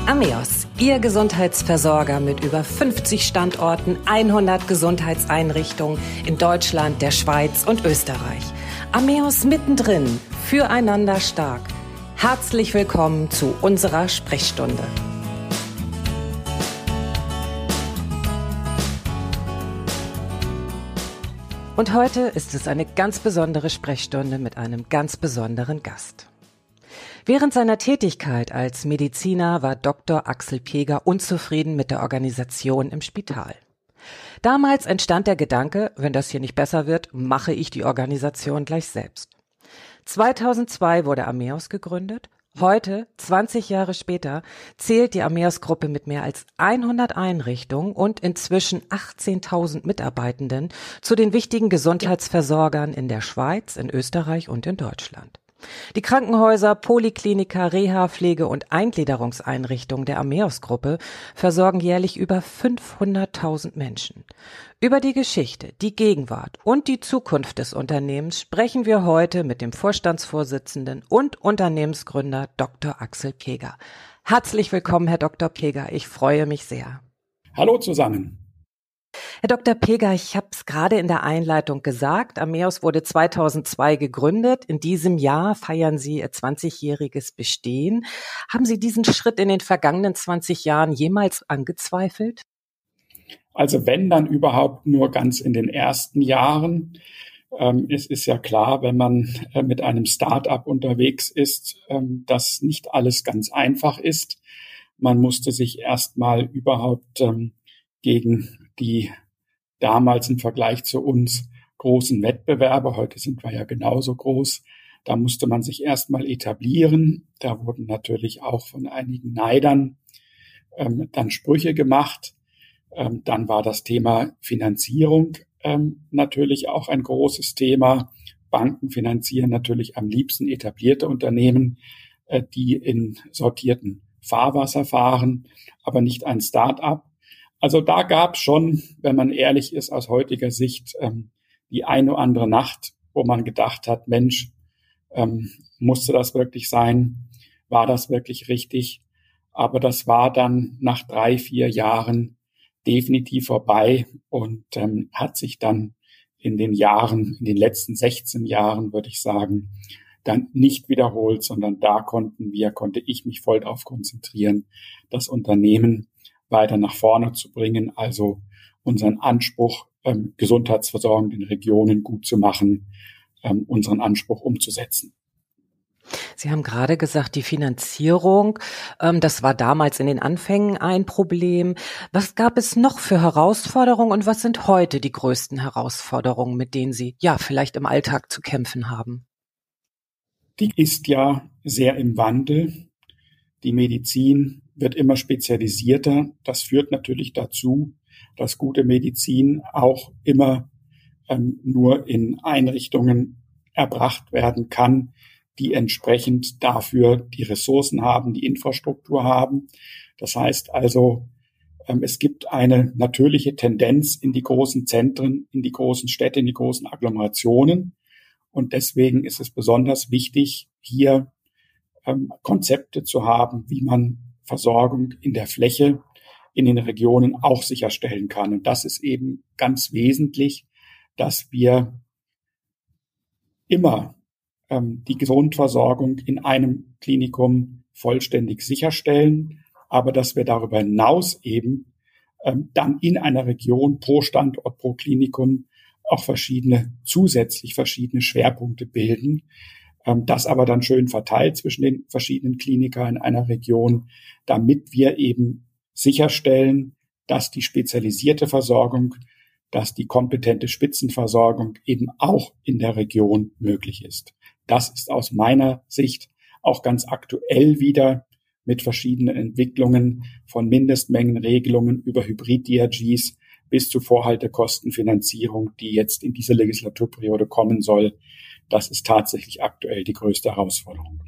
Ameos, Ihr Gesundheitsversorger mit über 50 Standorten, 100 Gesundheitseinrichtungen in Deutschland, der Schweiz und Österreich. Ameos mittendrin, füreinander stark. Herzlich willkommen zu unserer Sprechstunde. Und heute ist es eine ganz besondere Sprechstunde mit einem ganz besonderen Gast. Während seiner Tätigkeit als Mediziner war Dr. Axel Peger unzufrieden mit der Organisation im Spital. Damals entstand der Gedanke, wenn das hier nicht besser wird, mache ich die Organisation gleich selbst. 2002 wurde Ameos gegründet. Heute, 20 Jahre später, zählt die Ameos-Gruppe mit mehr als 100 Einrichtungen und inzwischen 18.000 Mitarbeitenden zu den wichtigen Gesundheitsversorgern in der Schweiz, in Österreich und in Deutschland. Die Krankenhäuser, Poliklinika, Reha-, Pflege- und Eingliederungseinrichtungen der Ameos-Gruppe versorgen jährlich über 500.000 Menschen. Über die Geschichte, die Gegenwart und die Zukunft des Unternehmens sprechen wir heute mit dem Vorstandsvorsitzenden und Unternehmensgründer Dr. Axel Peger. Herzlich willkommen, Herr Dr. Peger. Ich freue mich sehr. Hallo zusammen. Herr Dr. Peger, ich habe es gerade in der Einleitung gesagt, Ameos wurde 2002 gegründet. In diesem Jahr feiern Sie Ihr 20-jähriges Bestehen. Haben Sie diesen Schritt in den vergangenen 20 Jahren jemals angezweifelt? Also wenn, dann überhaupt nur ganz in den ersten Jahren. Es ist ja klar, wenn man mit einem Start-up unterwegs ist, dass nicht alles ganz einfach ist. Man musste sich erstmal überhaupt gegen die damals im Vergleich zu uns großen Wettbewerber, heute sind wir ja genauso groß, da musste man sich erstmal etablieren. Da wurden natürlich auch von einigen Neidern dann Sprüche gemacht. Dann war das Thema Finanzierung natürlich auch ein großes Thema. Banken finanzieren natürlich am liebsten etablierte Unternehmen, die in sortierten Fahrwasser fahren, aber nicht ein Start-up. Also da gab es schon, wenn man ehrlich ist, aus heutiger Sicht die eine oder andere Nacht, wo man gedacht hat, Mensch, musste das wirklich sein? War das wirklich richtig? Aber das war dann nach 3-4 Jahren definitiv vorbei und hat sich dann in den letzten 16 Jahren, würde ich sagen, dann nicht wiederholt, sondern da konnte ich mich voll darauf konzentrieren, das Unternehmen weiter nach vorne zu bringen, also unseren Anspruch, Gesundheitsversorgung in Regionen gut zu machen, unseren Anspruch umzusetzen. Sie haben gerade gesagt, die Finanzierung, das war damals in den Anfängen ein Problem. Was gab es noch für Herausforderungen und was sind heute die größten Herausforderungen, mit denen Sie vielleicht im Alltag zu kämpfen haben? Die ist ja sehr im Wandel. Die Medizin wird immer spezialisierter. Das führt natürlich dazu, dass gute Medizin auch immer nur in Einrichtungen erbracht werden kann, die entsprechend dafür die Ressourcen haben, die Infrastruktur haben. Das heißt also, es gibt eine natürliche Tendenz in die großen Zentren, in die großen Städte, in die großen Agglomerationen. Und deswegen ist es besonders wichtig, hier Konzepte zu haben, wie man Versorgung in der Fläche, in den Regionen auch sicherstellen kann. Und das ist eben ganz wesentlich, dass wir immer die Gesundversorgung in einem Klinikum vollständig sicherstellen, aber dass wir darüber hinaus eben dann in einer Region pro Standort, pro Klinikum auch zusätzlich verschiedene Schwerpunkte bilden. Das aber dann schön verteilt zwischen den verschiedenen Kliniker in einer Region, damit wir eben sicherstellen, dass die spezialisierte Versorgung, dass die kompetente Spitzenversorgung eben auch in der Region möglich ist. Das ist aus meiner Sicht auch ganz aktuell wieder mit verschiedenen Entwicklungen von Mindestmengenregelungen über Hybrid-DRGs bis zu Vorhaltekostenfinanzierung, die jetzt in diese Legislaturperiode kommen soll. Das ist tatsächlich aktuell die größte Herausforderung.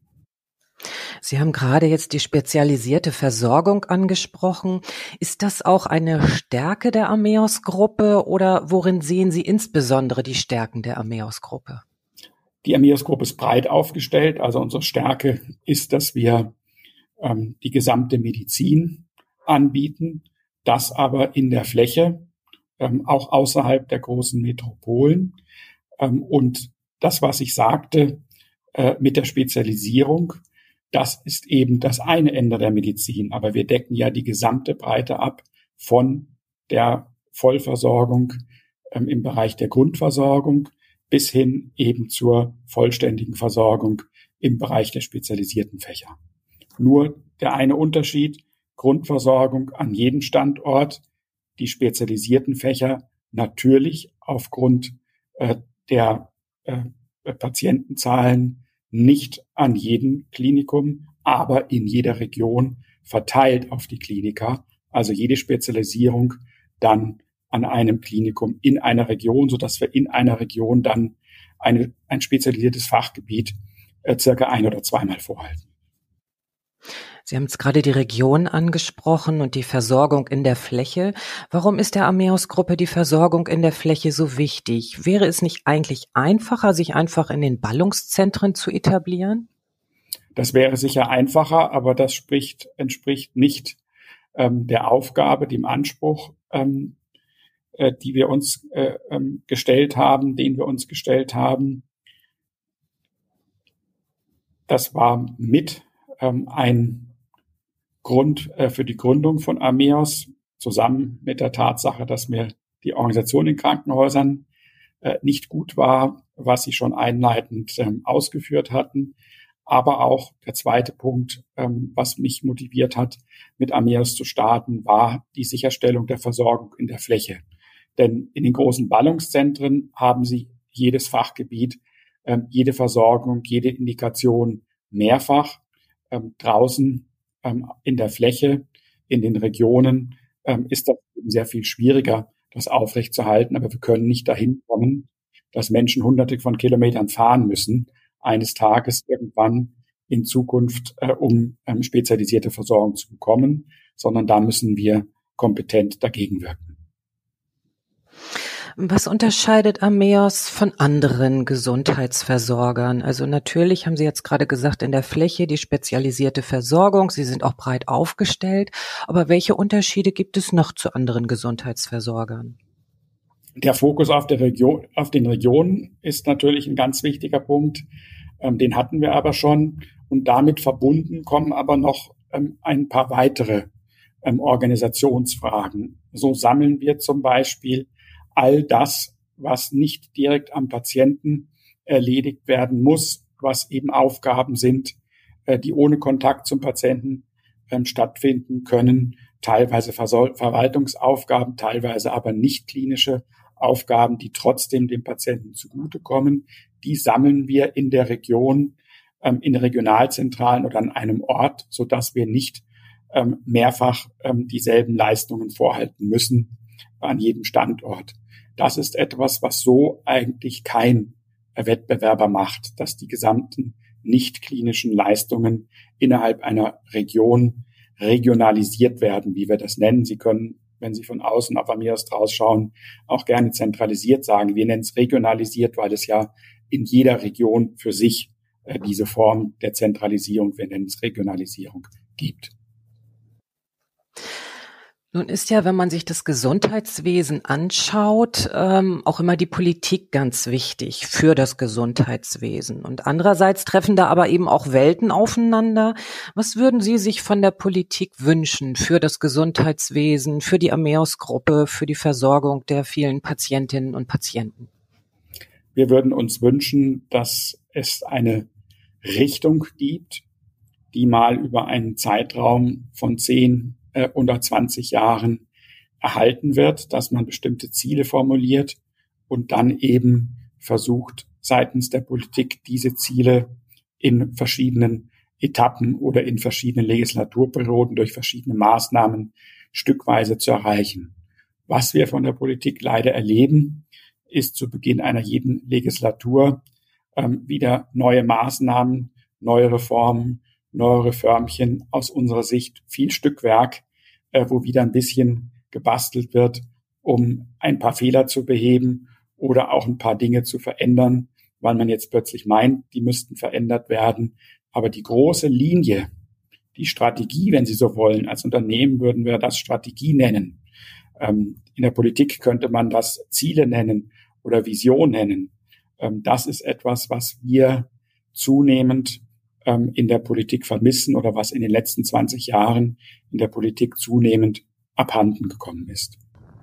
Sie haben gerade jetzt die spezialisierte Versorgung angesprochen. Ist das auch eine Stärke der Ameos-Gruppe oder worin sehen Sie insbesondere die Stärken der Ameos-Gruppe? Die Ameos-Gruppe ist breit aufgestellt. Also unsere Stärke ist, dass wir die gesamte Medizin anbieten, das aber in der Fläche, auch außerhalb der großen Metropolen. Und das, was ich sagte, mit der Spezialisierung, das ist eben das eine Ende der Medizin. Aber wir decken ja die gesamte Breite ab von der Vollversorgung im Bereich der Grundversorgung bis hin eben zur vollständigen Versorgung im Bereich der spezialisierten Fächer. Nur der eine Unterschied, Grundversorgung an jedem Standort, die spezialisierten Fächer natürlich aufgrund der Patientenzahlen nicht an jedem Klinikum, aber in jeder Region verteilt auf die Kliniker. Also jede Spezialisierung dann an einem Klinikum in einer Region, sodass wir in einer Region dann ein spezialisiertes Fachgebiet circa ein- oder zweimal vorhalten. Sie haben jetzt gerade die Region angesprochen und die Versorgung in der Fläche. Warum ist der Ammeus-Gruppe die Versorgung in der Fläche so wichtig? Wäre es nicht eigentlich einfacher, sich einfach in den Ballungszentren zu etablieren? Das wäre sicher einfacher, aber das entspricht nicht der Aufgabe, dem Anspruch, den wir uns gestellt haben. Das war mit ein Grund für die Gründung von Ammeus, zusammen mit der Tatsache, dass mir die Organisation in Krankenhäusern nicht gut war, was Sie schon einleitend ausgeführt hatten. Aber auch der zweite Punkt, was mich motiviert hat, mit Ammeus zu starten, war die Sicherstellung der Versorgung in der Fläche. Denn in den großen Ballungszentren haben Sie jedes Fachgebiet, jede Versorgung, jede Indikation mehrfach. Draußen in der Fläche, in den Regionen ist das sehr viel schwieriger, das aufrechtzuerhalten. Aber wir können nicht dahin kommen, dass Menschen Hunderte von Kilometern fahren müssen, eines Tages irgendwann in Zukunft, um spezialisierte Versorgung zu bekommen, sondern da müssen wir kompetent dagegen wirken. Was unterscheidet Ammeus von anderen Gesundheitsversorgern? Also natürlich haben Sie jetzt gerade gesagt, in der Fläche die spezialisierte Versorgung. Sie sind auch breit aufgestellt. Aber welche Unterschiede gibt es noch zu anderen Gesundheitsversorgern? Der Fokus auf den Regionen ist natürlich ein ganz wichtiger Punkt. Den hatten wir aber schon. Und damit verbunden kommen aber noch ein paar weitere Organisationsfragen. So sammeln wir zum Beispiel all das, was nicht direkt am Patienten erledigt werden muss, was eben Aufgaben sind, die ohne Kontakt zum Patienten stattfinden können, teilweise Verwaltungsaufgaben, teilweise aber nicht klinische Aufgaben, die trotzdem dem Patienten zugutekommen. Die sammeln wir in der Region, in Regionalzentralen oder an einem Ort, sodass wir nicht mehrfach dieselben Leistungen vorhalten müssen an jedem Standort. Das ist etwas, was so eigentlich kein Wettbewerber macht, dass die gesamten nicht klinischen Leistungen innerhalb einer Region regionalisiert werden, wie wir das nennen. Sie können, wenn Sie von außen auf Ammeus draus schauen, auch gerne zentralisiert sagen. Wir nennen es regionalisiert, weil es ja in jeder Region für sich diese Form der Zentralisierung, wir nennen es Regionalisierung, gibt. Nun ist ja, wenn man sich das Gesundheitswesen anschaut, auch immer die Politik ganz wichtig für das Gesundheitswesen. Und andererseits treffen da aber eben auch Welten aufeinander. Was würden Sie sich von der Politik wünschen für das Gesundheitswesen, für die Ammeus-Gruppe, für die Versorgung der vielen Patientinnen und Patienten? Wir würden uns wünschen, dass es eine Richtung gibt, die mal über einen Zeitraum von 10 oder 20 Jahren erhalten wird, dass man bestimmte Ziele formuliert und dann eben versucht, seitens der Politik diese Ziele in verschiedenen Etappen oder in verschiedenen Legislaturperioden durch verschiedene Maßnahmen stückweise zu erreichen. Was wir von der Politik leider erleben, ist zu Beginn einer jeden Legislatur wieder neue Maßnahmen, neue Reformen, neue Reformchen, aus unserer Sicht viel Stückwerk, wo wieder ein bisschen gebastelt wird, um ein paar Fehler zu beheben oder auch ein paar Dinge zu verändern, weil man jetzt plötzlich meint, die müssten verändert werden. Aber die große Linie, die Strategie, wenn Sie so wollen. Als Unternehmen würden wir das Strategie nennen. In der Politik könnte man das Ziele nennen oder Vision nennen. Das ist etwas, was wir zunehmend in der Politik vermissen oder was in den letzten 20 Jahren in der Politik zunehmend abhanden gekommen ist.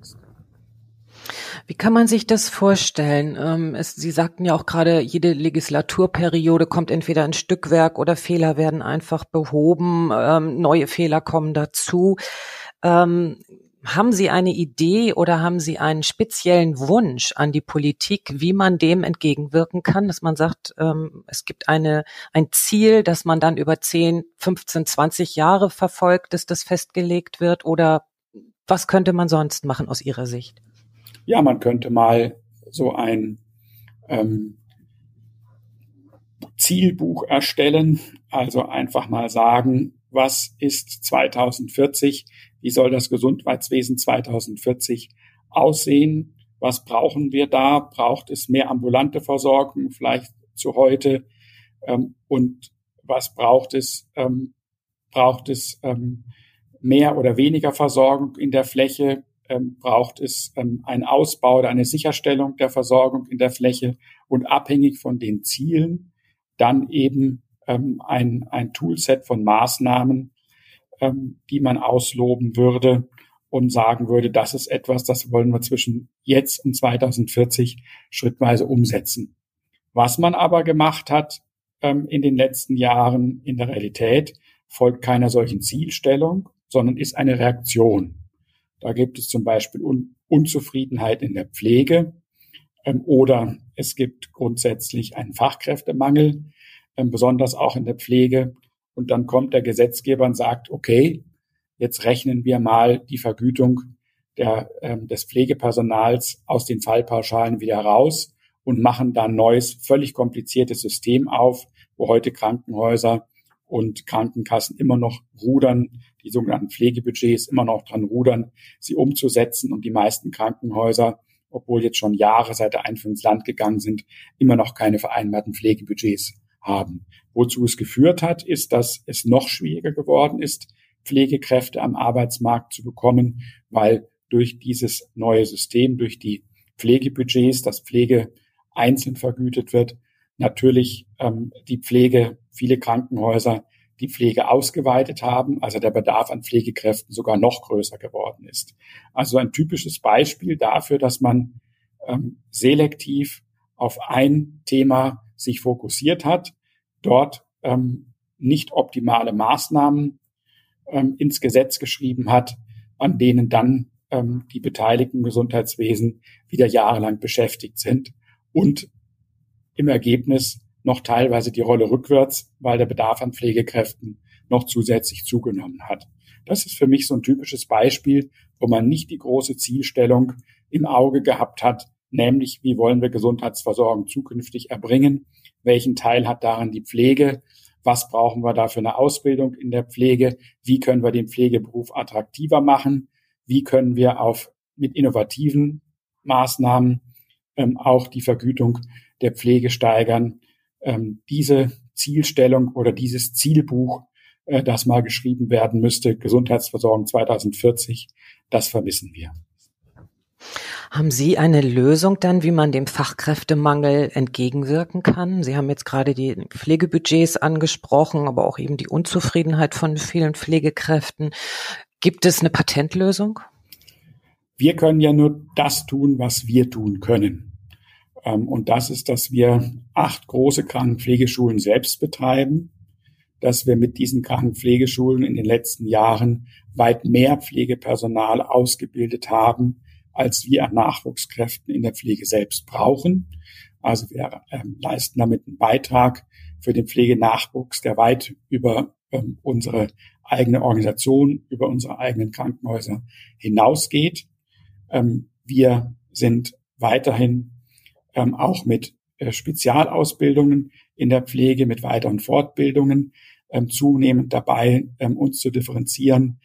Wie kann man sich das vorstellen? Sie sagten ja auch gerade, jede Legislaturperiode kommt entweder ein Stückwerk oder Fehler werden einfach behoben, neue Fehler kommen dazu. Haben Sie eine Idee oder haben Sie einen speziellen Wunsch an die Politik, wie man dem entgegenwirken kann, dass man sagt, es gibt ein Ziel, das man dann über 10, 15, 20 Jahre verfolgt, dass das festgelegt wird, oder was könnte man sonst machen aus Ihrer Sicht? Ja, man könnte mal so ein Zielbuch erstellen, also einfach mal sagen, was ist 2040, wie soll das Gesundheitswesen 2040 aussehen, was brauchen wir da, braucht es mehr ambulante Versorgung vielleicht zu heute und was braucht es mehr oder weniger Versorgung in der Fläche, braucht es einen Ausbau oder eine Sicherstellung der Versorgung in der Fläche und abhängig von den Zielen dann eben ein Toolset von Maßnahmen, die man ausloben würde und sagen würde, das ist etwas, das wollen wir zwischen jetzt und 2040 schrittweise umsetzen. Was man aber gemacht hat in den letzten Jahren in der Realität, folgt keiner solchen Zielstellung, sondern ist eine Reaktion. Da gibt es zum Beispiel Unzufriedenheit in der Pflege oder es gibt grundsätzlich einen Fachkräftemangel, besonders auch in der Pflege. Und dann kommt der Gesetzgeber und sagt, okay, jetzt rechnen wir mal die Vergütung des Pflegepersonals aus den Fallpauschalen wieder raus und machen da ein neues, völlig kompliziertes System auf, wo heute Krankenhäuser und Krankenkassen immer noch rudern, die sogenannten Pflegebudgets immer noch dran rudern, sie umzusetzen. Und die meisten Krankenhäuser, obwohl jetzt schon Jahre seit der Einführung ins Land gegangen sind, immer noch keine vereinbarten Pflegebudgets haben. Wozu es geführt hat, ist, dass es noch schwieriger geworden ist, Pflegekräfte am Arbeitsmarkt zu bekommen, weil durch dieses neue System, durch die Pflegebudgets, dass Pflege einzeln vergütet wird, natürlich viele Krankenhäuser die Pflege ausgeweitet haben, also der Bedarf an Pflegekräften sogar noch größer geworden ist. Also ein typisches Beispiel dafür, dass man selektiv auf ein Thema sich fokussiert hat, dort nicht optimale Maßnahmen ins Gesetz geschrieben hat, an denen dann die Beteiligten im Gesundheitswesen wieder jahrelang beschäftigt sind und im Ergebnis noch teilweise die Rolle rückwärts, weil der Bedarf an Pflegekräften noch zusätzlich zugenommen hat. Das ist für mich so ein typisches Beispiel, wo man nicht die große Zielstellung im Auge gehabt hat, nämlich wie wollen wir Gesundheitsversorgung zukünftig erbringen, welchen Teil hat daran die Pflege, was brauchen wir da für eine Ausbildung in der Pflege, wie können wir den Pflegeberuf attraktiver machen, wie können wir mit innovativen Maßnahmen auch die Vergütung der Pflege steigern. Diese Zielstellung oder dieses Zielbuch, das mal geschrieben werden müsste, Gesundheitsversorgung 2040, das vermissen wir. Haben Sie eine Lösung dann, wie man dem Fachkräftemangel entgegenwirken kann? Sie haben jetzt gerade die Pflegebudgets angesprochen, aber auch eben die Unzufriedenheit von vielen Pflegekräften. Gibt es eine Patentlösung? Wir können ja nur das tun, was wir tun können. Und das ist, dass wir 8 große Krankenpflegeschulen selbst betreiben, dass wir mit diesen Krankenpflegeschulen in den letzten Jahren weit mehr Pflegepersonal ausgebildet haben, als wir an Nachwuchskräften in der Pflege selbst brauchen. Also wir leisten damit einen Beitrag für den Pflegenachwuchs, der weit über unsere eigene Organisation, über unsere eigenen Krankenhäuser hinausgeht. Wir sind weiterhin auch mit Spezialausbildungen in der Pflege, mit weiteren Fortbildungen zunehmend dabei, uns zu differenzieren,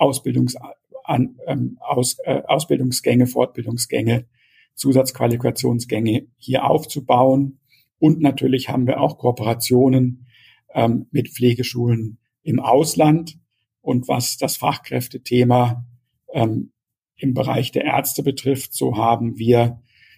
Ausbildungsgänge, Fortbildungsgänge, Zusatzqualifikationsgänge hier aufzubauen. Und natürlich haben wir auch Kooperationen mit Pflegeschulen im Ausland. Und was das Fachkräftethema im Bereich der Ärzte betrifft, so haben wir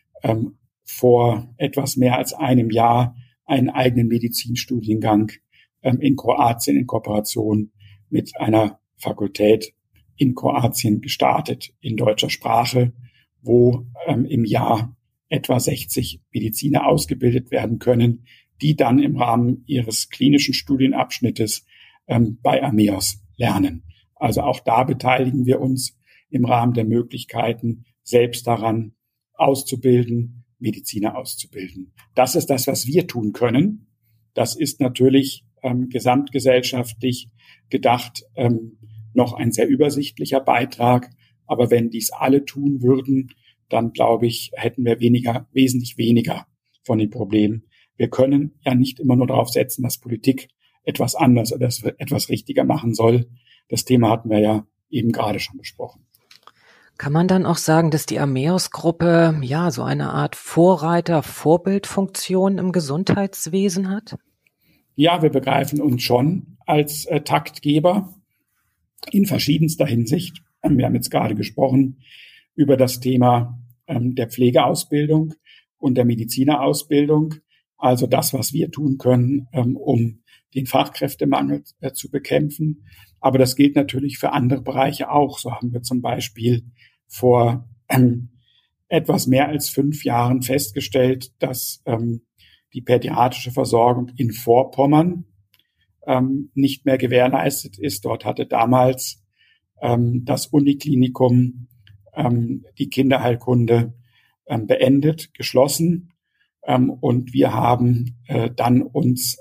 vor etwas mehr als einem Jahr einen eigenen Medizinstudiengang in Kroatien in Kooperation mit einer Fakultät in Kroatien gestartet in deutscher Sprache, wo im Jahr etwa 60 Mediziner ausgebildet werden können, die dann im Rahmen ihres klinischen Studienabschnittes bei Ameos lernen. Also auch da beteiligen wir uns im Rahmen der Möglichkeiten, selbst daran auszubilden, Mediziner auszubilden. Das ist das, was wir tun können. Das ist natürlich gesamtgesellschaftlich gedacht noch ein sehr übersichtlicher Beitrag. Aber wenn dies alle tun würden, dann glaube ich, hätten wir wesentlich weniger von den Problemen. Wir können ja nicht immer nur darauf setzen, dass Politik etwas anders oder etwas richtiger machen soll. Das Thema hatten wir ja eben gerade schon besprochen. Kann man dann auch sagen, dass die Ameos-Gruppe ja so eine Art Vorreiter-Vorbildfunktion im Gesundheitswesen hat? Ja, wir begreifen uns schon als Taktgeber in verschiedenster Hinsicht. Wir haben jetzt gerade gesprochen über das Thema der Pflegeausbildung und der Medizinerausbildung. Also das, was wir tun können, um den Fachkräftemangel zu bekämpfen. Aber das gilt natürlich für andere Bereiche auch. So haben wir zum Beispiel vor etwas mehr als 5 Jahren festgestellt, dass die pädiatrische Versorgung in Vorpommern nicht mehr gewährleistet ist. Dort hatte damals das Uniklinikum die Kinderheilkunde beendet, geschlossen. Und wir haben dann uns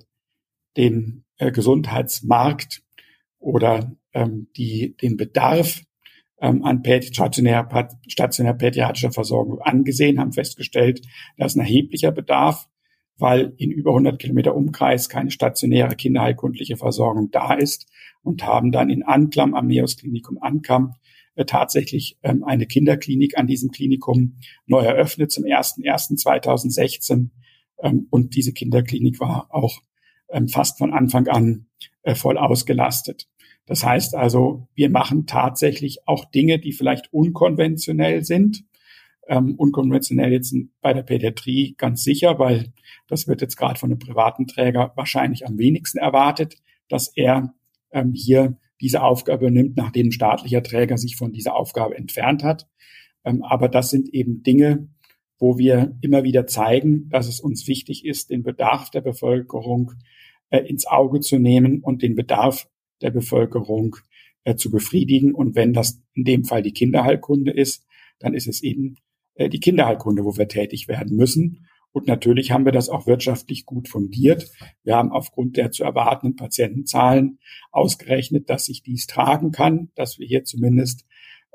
den Gesundheitsmarkt oder den Bedarf an stationär pädiatrischer Versorgung angesehen, haben festgestellt, da ist ein erheblicher Bedarf, weil in über 100 Kilometer Umkreis keine stationäre kinderheilkundliche Versorgung da ist, und haben dann in Anklam, am Ameos-Klinikum Anklam, tatsächlich eine Kinderklinik an diesem Klinikum neu eröffnet zum 01.01.2016. Und diese Kinderklinik war auch fast von Anfang an voll ausgelastet. Das heißt also, wir machen tatsächlich auch Dinge, die vielleicht unkonventionell sind. Unkonventionell jetzt bei der Pädiatrie ganz sicher, weil das wird jetzt gerade von einem privaten Träger wahrscheinlich am wenigsten erwartet, dass er hier diese Aufgabe nimmt, nachdem ein staatlicher Träger sich von dieser Aufgabe entfernt hat. Aber das sind eben Dinge, wo wir immer wieder zeigen, dass es uns wichtig ist, den Bedarf der Bevölkerung ins Auge zu nehmen und den Bedarf der Bevölkerung zu befriedigen. Und wenn das in dem Fall die Kinderheilkunde ist, dann ist es eben die Kinderheilkunde, wo wir tätig werden müssen. Und natürlich haben wir das auch wirtschaftlich gut fundiert. Wir haben aufgrund der zu erwartenden Patientenzahlen ausgerechnet, dass sich dies tragen kann, dass wir hier zumindest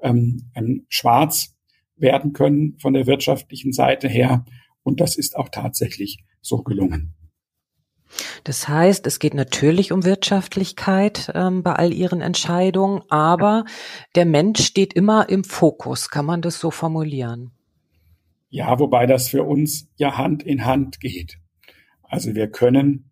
schwarz werden können von der wirtschaftlichen Seite her. Und das ist auch tatsächlich so gelungen. Das heißt, es geht natürlich um Wirtschaftlichkeit bei all Ihren Entscheidungen, aber der Mensch steht immer im Fokus. Kann man das so formulieren? Ja, wobei das für uns ja Hand in Hand geht. Also wir können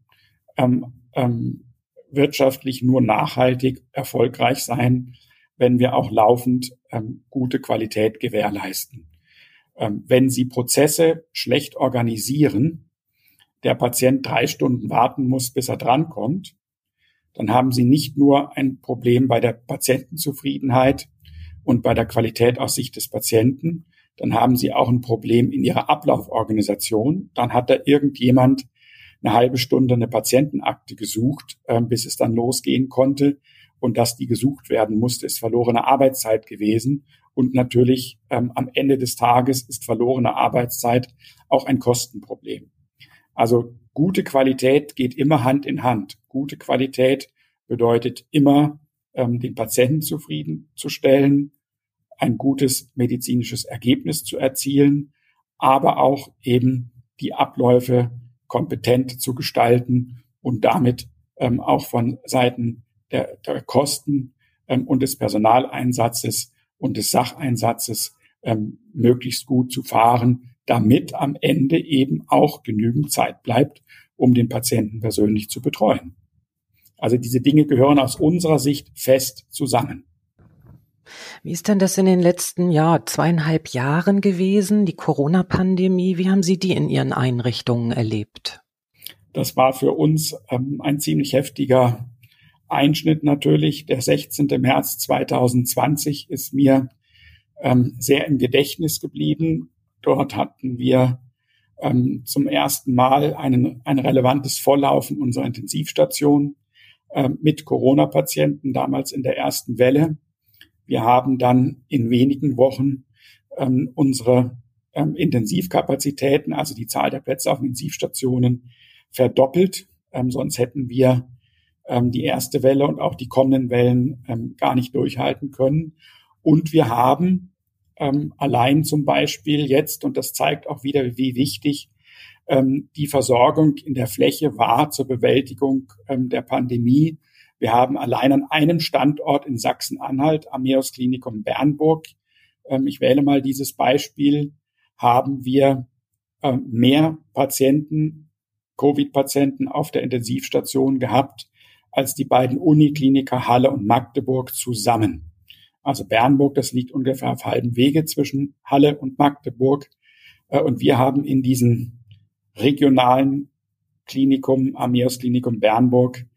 wirtschaftlich nur nachhaltig erfolgreich sein, wenn wir auch laufend gute Qualität gewährleisten. Wenn Sie Prozesse schlecht organisieren, der Patient 3 Stunden warten muss, bis er drankommt, dann haben Sie nicht nur ein Problem bei der Patientenzufriedenheit und bei der Qualität aus Sicht des Patienten, dann haben Sie auch ein Problem in Ihrer Ablauforganisation. Dann hat da irgendjemand eine halbe Stunde eine Patientenakte gesucht, bis es dann losgehen konnte. Und dass die gesucht werden musste, ist verlorene Arbeitszeit gewesen. Und natürlich am Ende des Tages ist verlorene Arbeitszeit auch ein Kostenproblem. Also gute Qualität geht immer Hand in Hand. Gute Qualität bedeutet immer, den Patienten zufriedenzustellen, ein gutes medizinisches Ergebnis zu erzielen, aber auch eben die Abläufe kompetent zu gestalten und damit auch von Seiten der Kosten und des Personaleinsatzes und des Sacheinsatzes möglichst gut zu fahren, damit am Ende eben auch genügend Zeit bleibt, um den Patienten persönlich zu betreuen. Also diese Dinge gehören aus unserer Sicht fest zusammen. Wie ist denn das in den letzten 2,5 Jahren gewesen, die Corona-Pandemie? Wie haben Sie die in Ihren Einrichtungen erlebt? Das war für uns ein ziemlich heftiger Einschnitt natürlich. Der 16. März 2020 ist mir sehr im Gedächtnis geblieben. Dort hatten wir zum ersten Mal ein relevantes Volllaufen unserer Intensivstation mit Corona-Patienten, damals in der ersten Welle. Wir haben dann in wenigen Wochen unsere Intensivkapazitäten, also die Zahl der Plätze auf Intensivstationen, verdoppelt. Sonst hätten wir die erste Welle und auch die kommenden Wellen gar nicht durchhalten können. Und wir haben allein zum Beispiel jetzt, und das zeigt auch wieder, wie wichtig die Versorgung in der Fläche war zur Bewältigung der Pandemie. Wir haben allein an einem Standort in Sachsen-Anhalt, Ameos Klinikum Bernburg, ich wähle mal dieses Beispiel, haben wir mehr Patienten, Covid-Patienten auf der Intensivstation gehabt, als die beiden Unikliniker Halle und Magdeburg zusammen. Also Bernburg, das liegt ungefähr auf halbem Wege zwischen Halle und Magdeburg. Und wir haben in diesem regionalen Klinikum, Ameos Klinikum Bernburg,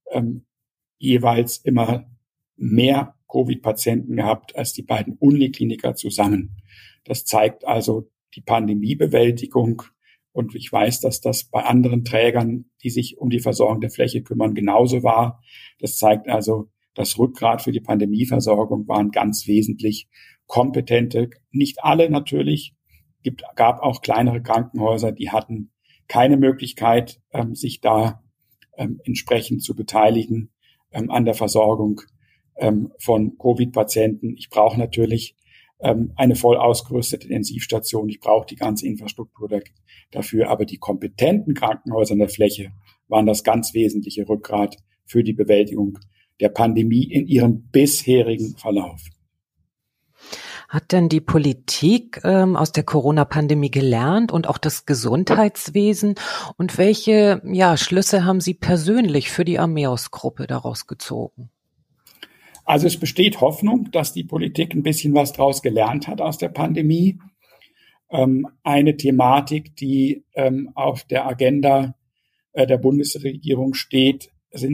jeweils immer mehr Covid-Patienten gehabt als die beiden Unikliniker zusammen. Das zeigt also die Pandemiebewältigung. Und ich weiß, dass das bei anderen Trägern, die sich um die Versorgung der Fläche kümmern, genauso war. Das zeigt also, das Rückgrat für die Pandemieversorgung waren ganz wesentlich kompetente, nicht alle natürlich. Gab auch kleinere Krankenhäuser, die hatten keine Möglichkeit, sich da entsprechend zu beteiligen an der Versorgung von Covid-Patienten. Ich brauche natürlich eine voll ausgerüstete Intensivstation. Ich brauche die ganze Infrastruktur dafür. Aber die kompetenten Krankenhäuser in der Fläche waren das ganz wesentliche Rückgrat für die Bewältigung der Pandemie in ihrem bisherigen Verlauf. Hat denn die Politik aus der Corona-Pandemie gelernt und auch das Gesundheitswesen? Und welche Schlüsse haben Sie persönlich für die Ameos-Gruppe daraus gezogen? Also es besteht Hoffnung, dass die Politik ein bisschen was daraus gelernt hat aus der Pandemie. Eine Thematik, die auf der Agenda der Bundesregierung steht,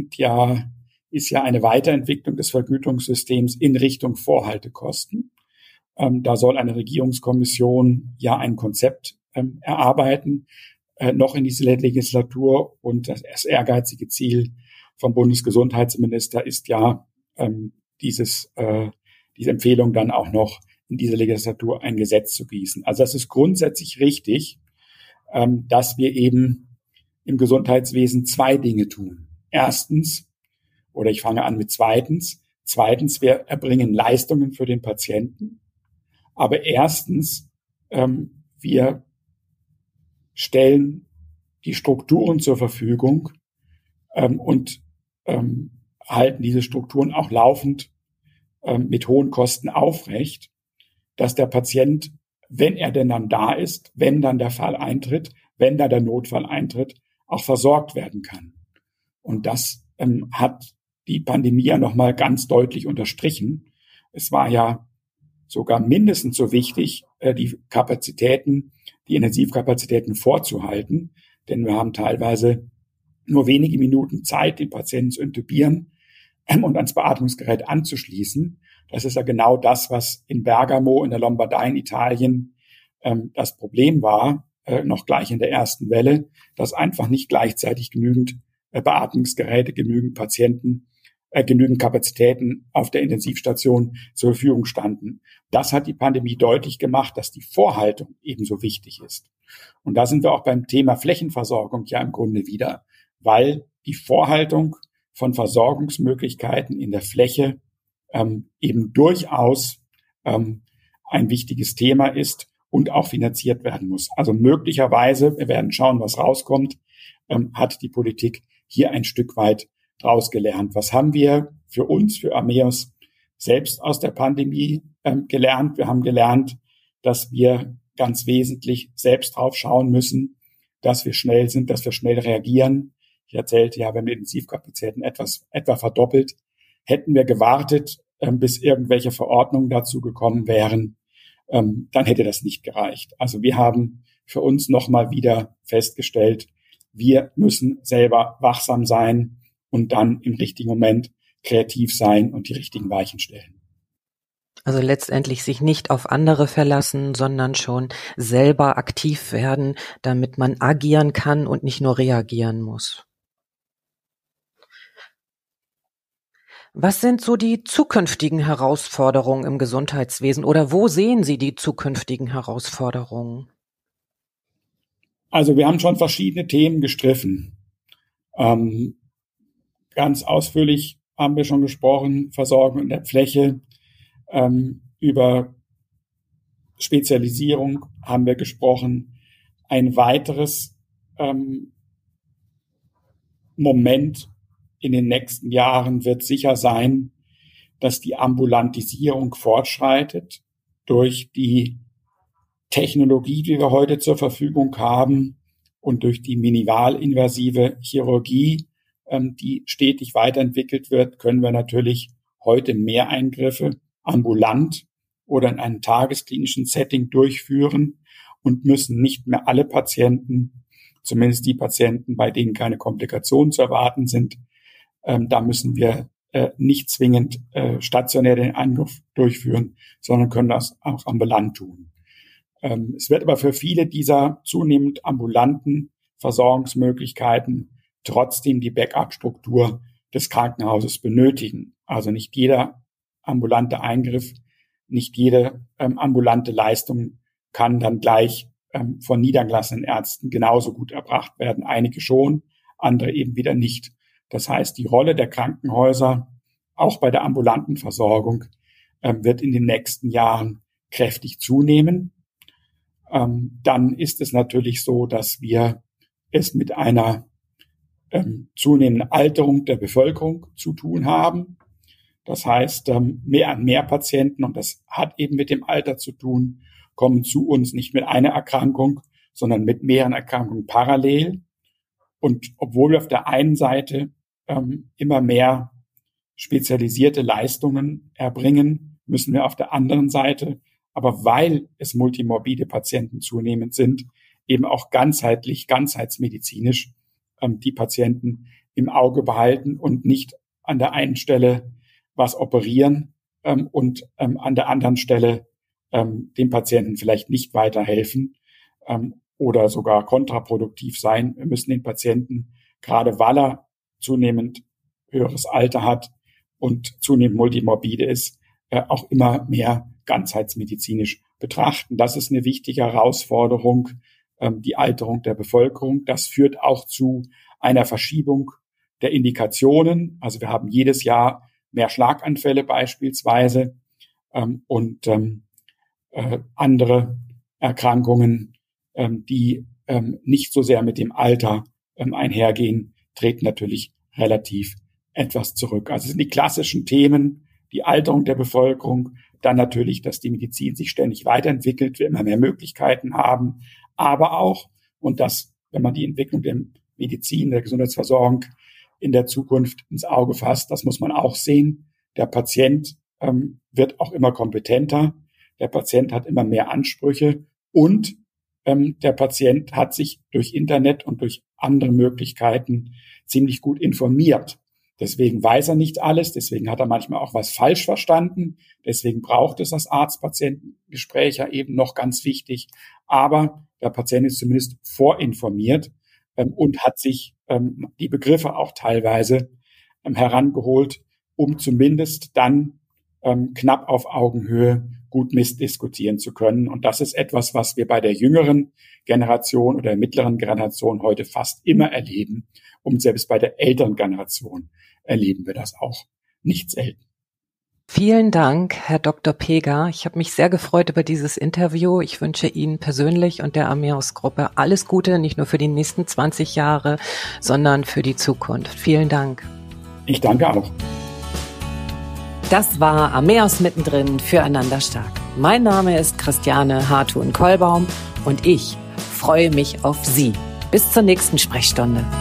ist ja eine Weiterentwicklung des Vergütungssystems in Richtung Vorhaltekosten. Da soll eine Regierungskommission ja ein Konzept erarbeiten, noch in dieser Legislatur. Und das ehrgeizige Ziel vom Bundesgesundheitsminister ist ja, diese Empfehlung dann auch noch in dieser Legislatur ein Gesetz zu gießen. Also das ist grundsätzlich richtig, dass wir eben im Gesundheitswesen zwei Dinge tun. Erstens, oder ich fange an mit zweitens. Zweitens, wir erbringen Leistungen für den Patienten. Aber erstens, wir stellen die Strukturen zur Verfügung und halten diese Strukturen auch laufend mit hohen Kosten aufrecht, dass der Patient, wenn er denn dann da ist, wenn dann der Fall eintritt, wenn da der Notfall eintritt, auch versorgt werden kann. Und das hat die Pandemie ja nochmal ganz deutlich unterstrichen. Es war ja sogar mindestens so wichtig, die Intensivkapazitäten vorzuhalten, denn wir haben teilweise nur wenige Minuten Zeit, den Patienten zu intubieren und ans Beatmungsgerät anzuschließen. Das ist ja genau das, was in Bergamo in der Lombardei in Italien das Problem war, noch gleich in der ersten Welle, dass einfach nicht gleichzeitig genügend Beatmungsgeräte, genügend Patienten, genügend Kapazitäten auf der Intensivstation zur Verfügung standen. Das hat die Pandemie deutlich gemacht, dass die Vorhaltung ebenso wichtig ist. Und da sind wir auch beim Thema Flächenversorgung ja im Grunde wieder, weil die Vorhaltung von Versorgungsmöglichkeiten in der Fläche eben durchaus ein wichtiges Thema ist und auch finanziert werden muss. Also möglicherweise, wir werden schauen, was rauskommt, hat die Politik hier ein Stück weit draus gelernt. Was haben wir für uns, für Ameos selbst aus der Pandemie gelernt? Wir haben gelernt, dass wir ganz wesentlich selbst drauf schauen müssen, dass wir schnell sind, dass wir schnell reagieren. Ich erzählte ja, wenn wir Intensivkapazitäten etwa verdoppelt, hätten wir gewartet, bis irgendwelche Verordnungen dazu gekommen wären, dann hätte das nicht gereicht. Also wir haben für uns nochmal wieder festgestellt, wir müssen selber wachsam sein und dann im richtigen Moment kreativ sein und die richtigen Weichen stellen. Also letztendlich sich nicht auf andere verlassen, sondern schon selber aktiv werden, damit man agieren kann und nicht nur reagieren muss. Was sind so die zukünftigen Herausforderungen im Gesundheitswesen oder wo sehen Sie die zukünftigen Herausforderungen? Also wir haben schon verschiedene Themen gestriffen. Ganz ausführlich haben wir schon gesprochen, Versorgung in der Fläche. Über Spezialisierung haben wir gesprochen. Ein weiteres Moment in den nächsten Jahren wird sicher sein, dass die Ambulantisierung fortschreitet durch die Technologie, die wir heute zur Verfügung haben und durch die minimalinvasive Chirurgie, die stetig weiterentwickelt wird, können wir natürlich heute mehr Eingriffe ambulant oder in einem tagesklinischen Setting durchführen und müssen nicht mehr alle Patienten, zumindest die Patienten, bei denen keine Komplikationen zu erwarten sind, da müssen wir nicht zwingend stationär den Eingriff durchführen, sondern können das auch ambulant tun. Es wird aber für viele dieser zunehmend ambulanten Versorgungsmöglichkeiten trotzdem die Backup-Struktur des Krankenhauses benötigen. Also nicht jeder ambulante Eingriff, nicht jede ambulante Leistung kann dann gleich von niedergelassenen Ärzten genauso gut erbracht werden. Einige schon, andere eben wieder nicht. Das heißt, die Rolle der Krankenhäuser, auch bei der ambulanten Versorgung, wird in den nächsten Jahren kräftig zunehmen. Dann ist es natürlich so, dass wir es mit einer zunehmenden Alterung der Bevölkerung zu tun haben. Das heißt, mehr Patienten, und das hat eben mit dem Alter zu tun, kommen zu uns nicht mit einer Erkrankung, sondern mit mehreren Erkrankungen parallel. Und obwohl wir auf der einen Seite immer mehr spezialisierte Leistungen erbringen, müssen wir auf der anderen Seite, aber weil es multimorbide Patienten zunehmend sind, eben auch ganzheitsmedizinisch die Patienten im Auge behalten und nicht an der einen Stelle was operieren und an der anderen Stelle dem Patienten vielleicht nicht weiterhelfen oder sogar kontraproduktiv sein. Wir müssen den Patienten, gerade weil er zunehmend höheres Alter hat und zunehmend multimorbide ist, auch immer mehr ganzheitsmedizinisch betrachten. Das ist eine wichtige Herausforderung, die Alterung der Bevölkerung. Das führt auch zu einer Verschiebung der Indikationen. Also wir haben jedes Jahr mehr Schlaganfälle beispielsweise und andere Erkrankungen, die nicht so sehr mit dem Alter einhergehen, treten natürlich relativ etwas zurück. Also es sind die klassischen Themen, die Alterung der Bevölkerung, dann natürlich, dass die Medizin sich ständig weiterentwickelt, wir immer mehr Möglichkeiten haben, aber auch, und das, wenn man die Entwicklung der Medizin, der Gesundheitsversorgung in der Zukunft ins Auge fasst, das muss man auch sehen. Der Patient wird auch immer kompetenter, der Patient hat immer mehr Ansprüche und der Patient hat sich durch Internet und durch andere Möglichkeiten ziemlich gut informiert. Deswegen weiß er nicht alles, deswegen hat er manchmal auch was falsch verstanden, deswegen braucht es das Arzt-Patienten-Gespräch ja eben noch ganz wichtig. Aber der Patient ist zumindest vorinformiert und hat sich die Begriffe auch teilweise herangeholt, um zumindest dann knapp auf Augenhöhe gut diskutieren zu können. Und das ist etwas, was wir bei der jüngeren Generation oder der mittleren Generation heute fast immer erleben. Und selbst bei der älteren Generation erleben wir das auch nicht selten. Vielen Dank, Herr Dr. Peger. Ich habe mich sehr gefreut über dieses Interview. Ich wünsche Ihnen persönlich und der Ameos-Gruppe alles Gute, nicht nur für die nächsten 20 Jahre, sondern für die Zukunft. Vielen Dank. Ich danke auch. Das war Ameos mittendrin, füreinander stark. Mein Name ist Christiane Hartun-Kollbaum und ich freue mich auf Sie. Bis zur nächsten Sprechstunde.